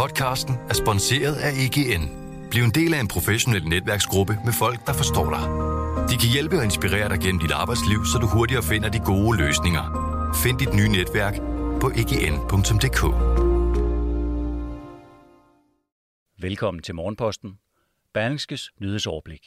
Podcasten er sponsoreret af EGN. Bliv en del af en professionel netværksgruppe med folk, der forstår dig. De kan hjælpe og inspirere dig gennem dit arbejdsliv, så du hurtigere finder de gode løsninger. Find dit nye netværk på egn.dk. Velkommen til Morgenposten. Berlingskes nyhedsoverblik.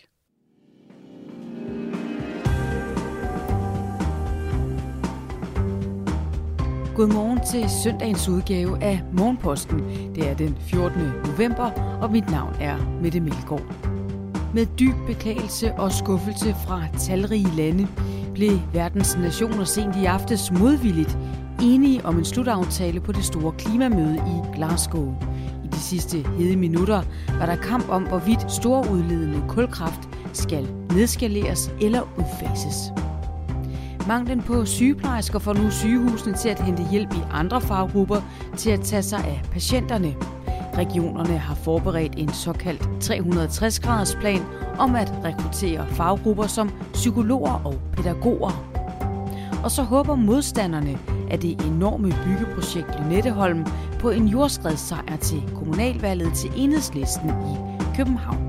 Godmorgen til søndagens udgave af Morgenposten. Det er den 14. november, og mit navn er Mette Melgaard. Med dyb beklagelse og skuffelse fra talrige lande blev verdens nationer sent i aftes modvilligt enige om en slutaftale på det store klimamøde i Glasgow. I de sidste hede minutter var der kamp om, hvorvidt storudledende kulkraft skal nedskaleres eller udfases. Manglen på sygeplejersker får nu sygehusene til at hente hjælp i andre faggrupper til at tage sig af patienterne. Regionerne har forberedt en såkaldt 360-graders plan om at rekruttere faggrupper som psykologer og pædagoger. Og så håber modstanderne af det enorme byggeprojekt Lynetteholm på en jordskredssejr til kommunalvalget til Enhedslisten i København.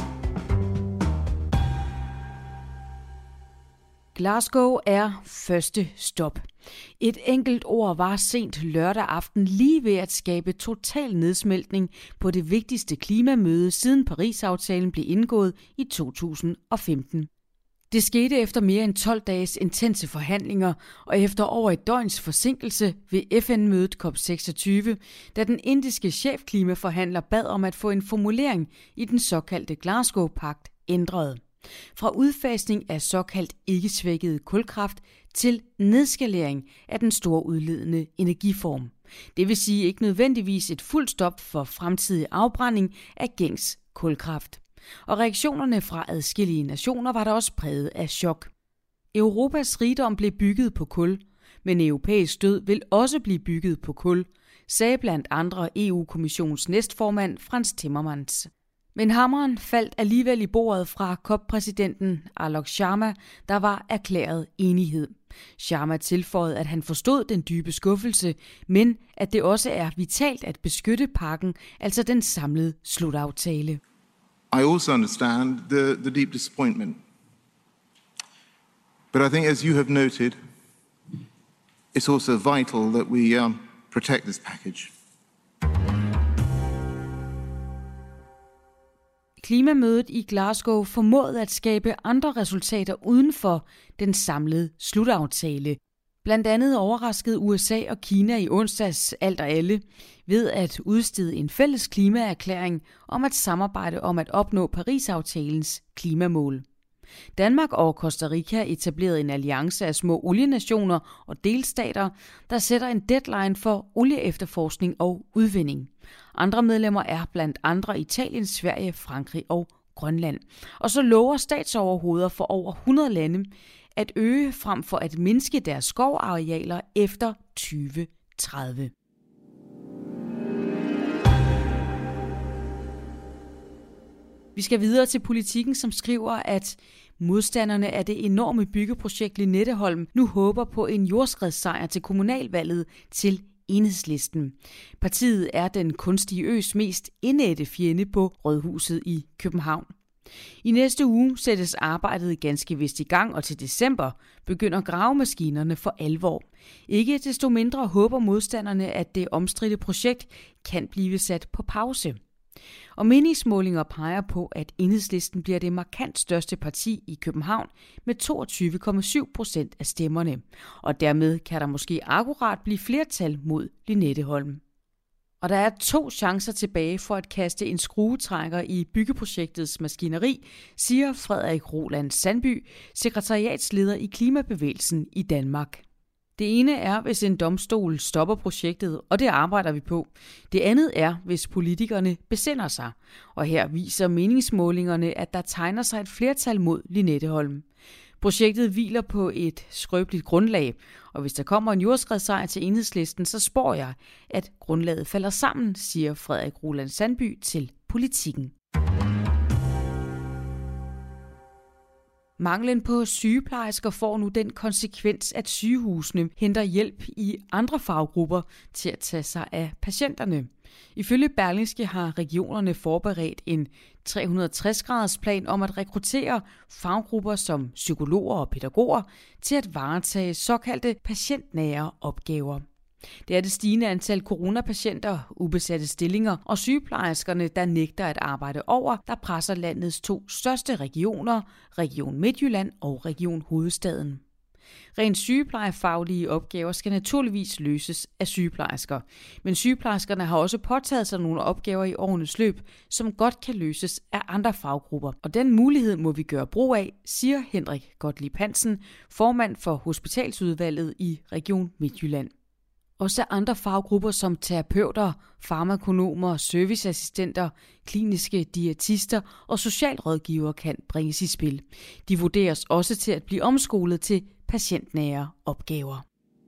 Glasgow er første stop. Et enkelt ord var sent lørdag aften lige ved at skabe total nedsmeltning på det vigtigste klimamøde siden Paris-aftalen blev indgået i 2015. Det skete efter mere end 12 dages intense forhandlinger og efter over et døgns forsinkelse ved FN-mødet COP26, da den indiske chefklimaforhandler bad om at få en formulering i den såkaldte Glasgow-pagt ændret. Fra udfasning af såkaldt ikke-svækket kulkraft til nedskalering af den store udledende energiform. Det vil sige ikke nødvendigvis et fuldt stop for fremtidig afbrænding af gængs kulkraft. Og reaktionerne fra adskillige nationer var der også præget af chok. Europas rigdom blev bygget på kul, men europæisk død vil også blive bygget på kul, sagde blandt andre EU-kommissions næstformand Frans Timmermans. Men hammeren faldt alligevel i bordet fra COP-præsidenten Alok Sharma, der var erklæret enighed. Sharma tilføjede, at han forstod den dybe skuffelse, men at det også er vitalt at beskytte pakken, altså den samlede slutaftale. I also understand the deep disappointment. But I think, as you have noted, it's also vital that we protect this package. Klimamødet i Glasgow formåede at skabe andre resultater uden for den samlede slutaftale. Blandt andet overraskede USA og Kina i onsdags alt og alle ved at udstede en fælles klimaerklæring om at samarbejde om at opnå Paris-aftalens klimamål. Danmark og Costa Rica etablerede en alliance af små olienationer og delstater, der sætter en deadline for olieefterforskning og udvinding. Andre medlemmer er blandt andre Italien, Sverige, Frankrig og Grønland. Og så lover statsoverhoveder for over 100 lande at øge frem for at mindske deres skovarealer efter 2030. Vi skal videre til Politikken, som skriver, at modstanderne af det enorme byggeprojekt Lynetteholm nu håber på en jordskredssejr til kommunalvalget til Enhedslisten. Partiet er den kunstige øs mest indædte fjende på Rådhuset i København. I næste uge sættes arbejdet ganske vist i gang, og til december begynder gravemaskinerne for alvor. Ikke desto mindre håber modstanderne, at det omstridte projekt kan blive sat på pause. Og meningsmålinger peger på, at Enhedslisten bliver det markant største parti i København med 22,7% af stemmerne. Og dermed kan der måske akkurat blive flertal mod Lynetteholm. Og der er 2 chancer tilbage for at kaste en skruetrækker i byggeprojektets maskineri, siger Frederik Roland Sandby, sekretariatsleder i Klimabevægelsen i Danmark. Det ene er, hvis en domstol stopper projektet, og det arbejder vi på. Det andet er, hvis politikerne besinder sig. Og her viser meningsmålingerne, at der tegner sig et flertal mod Lynetteholm. Projektet hviler på et skrøbeligt grundlag, og hvis der kommer en jordskredssejr til Enhedslisten, så spår jeg, at grundlaget falder sammen, siger Frederik Roland Sandby til Politikken. Manglen på sygeplejersker får nu den konsekvens, at sygehusene henter hjælp i andre faggrupper til at tage sig af patienterne. Ifølge Berlingske har regionerne forberedt en 360-graders plan om at rekruttere faggrupper som psykologer og pædagoger til at varetage såkaldte patientnære opgaver. Det er det stigende antal coronapatienter, ubesatte stillinger og sygeplejerskerne, der nægter at arbejde over, der presser landets 2 største regioner, Region Midtjylland og Region Hovedstaden. Rent sygeplejefaglige opgaver skal naturligvis løses af sygeplejersker, men sygeplejerskerne har også påtaget sig nogle opgaver i årenes løb, som godt kan løses af andre faggrupper. Og den mulighed må vi gøre brug af, siger Henrik Gottlieb Hansen, formand for Hospitalsudvalget i Region Midtjylland. Også andre faggrupper som terapeuter, farmakonomer, serviceassistenter, kliniske diætister og socialrådgivere kan bringes i spil. De vurderes også til at blive omskolet til patientnære opgaver.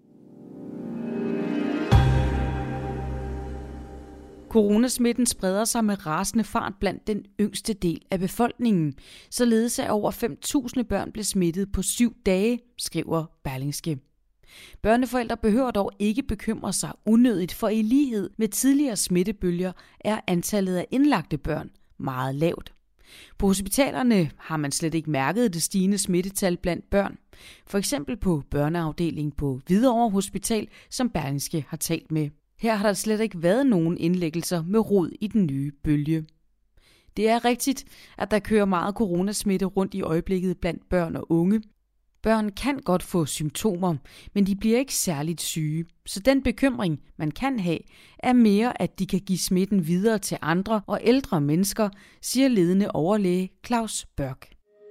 Coronasmitten spreder sig med rasende fart blandt den yngste del af befolkningen. Således er over 5.000 børn blev smittet på 7 dage, skriver Berlingske. Børneforældre behøver dog ikke bekymre sig unødigt, for i lighed med tidligere smittebølger er antallet af indlagte børn meget lavt. På hospitalerne har man slet ikke mærket det stigende smittetal blandt børn. For eksempel på børneafdelingen på Hvidovre Hospital, som Berlingske har talt med. Her har der slet ikke været nogen indlæggelser med rod i den nye bølge. Det er rigtigt, at der kører meget coronasmitte rundt i øjeblikket blandt børn og unge. Børn kan godt få symptomer, men de bliver ikke særligt syge. Så den bekymring, man kan have, er mere, at de kan give smitten videre til andre og ældre mennesker, siger ledende overlæge Claus Børk.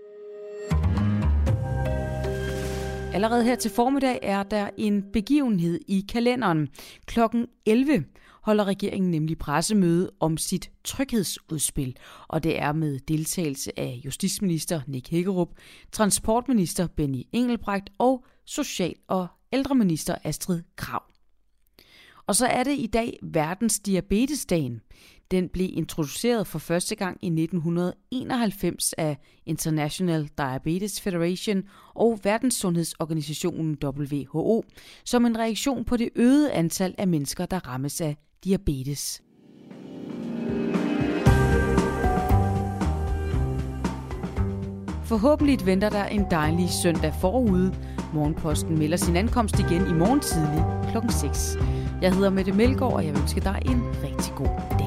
Allerede her til formiddag er der en begivenhed i kalenderen. Klokken 11 holder regeringen nemlig pressemøde om sit tryghedsudspil, og det er med deltagelse af justitsminister Nick Hækkerup, transportminister Benny Engelbrecht og social- og ældreminister Astrid Krag. Og så er det i dag verdens diabetesdagen. Den blev introduceret for første gang i 1991 af International Diabetes Federation og Verdenssundhedsorganisationen WHO som en reaktion på det øgede antal af mennesker, der rammes af diabetes. Forhåbentlig venter der en dejlig søndag forude. Morgenposten melder sin ankomst igen i morgen tidlig kl. 6. Jeg hedder Mette Melgaard, og jeg vil ønske dig en rigtig god dag.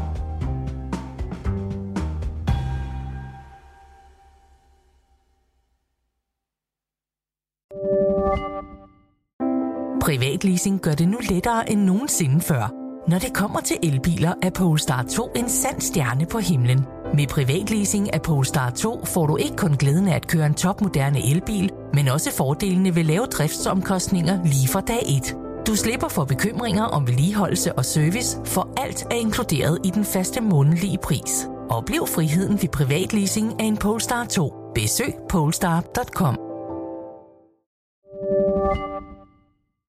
Privatleasing gør det nu lettere end nogensinde før. Når det kommer til elbiler, er Polestar 2 en sand stjerne på himlen. Med privatleasing af Polestar 2 får du ikke kun glæden af at køre en topmoderne elbil, men også fordelene ved lave driftsomkostninger lige fra dag 1. Du slipper for bekymringer om vedligeholdelse og service, for alt er inkluderet i den faste månedlige pris. Oplev friheden ved privatleasing af en Polestar 2. Besøg polestar.com.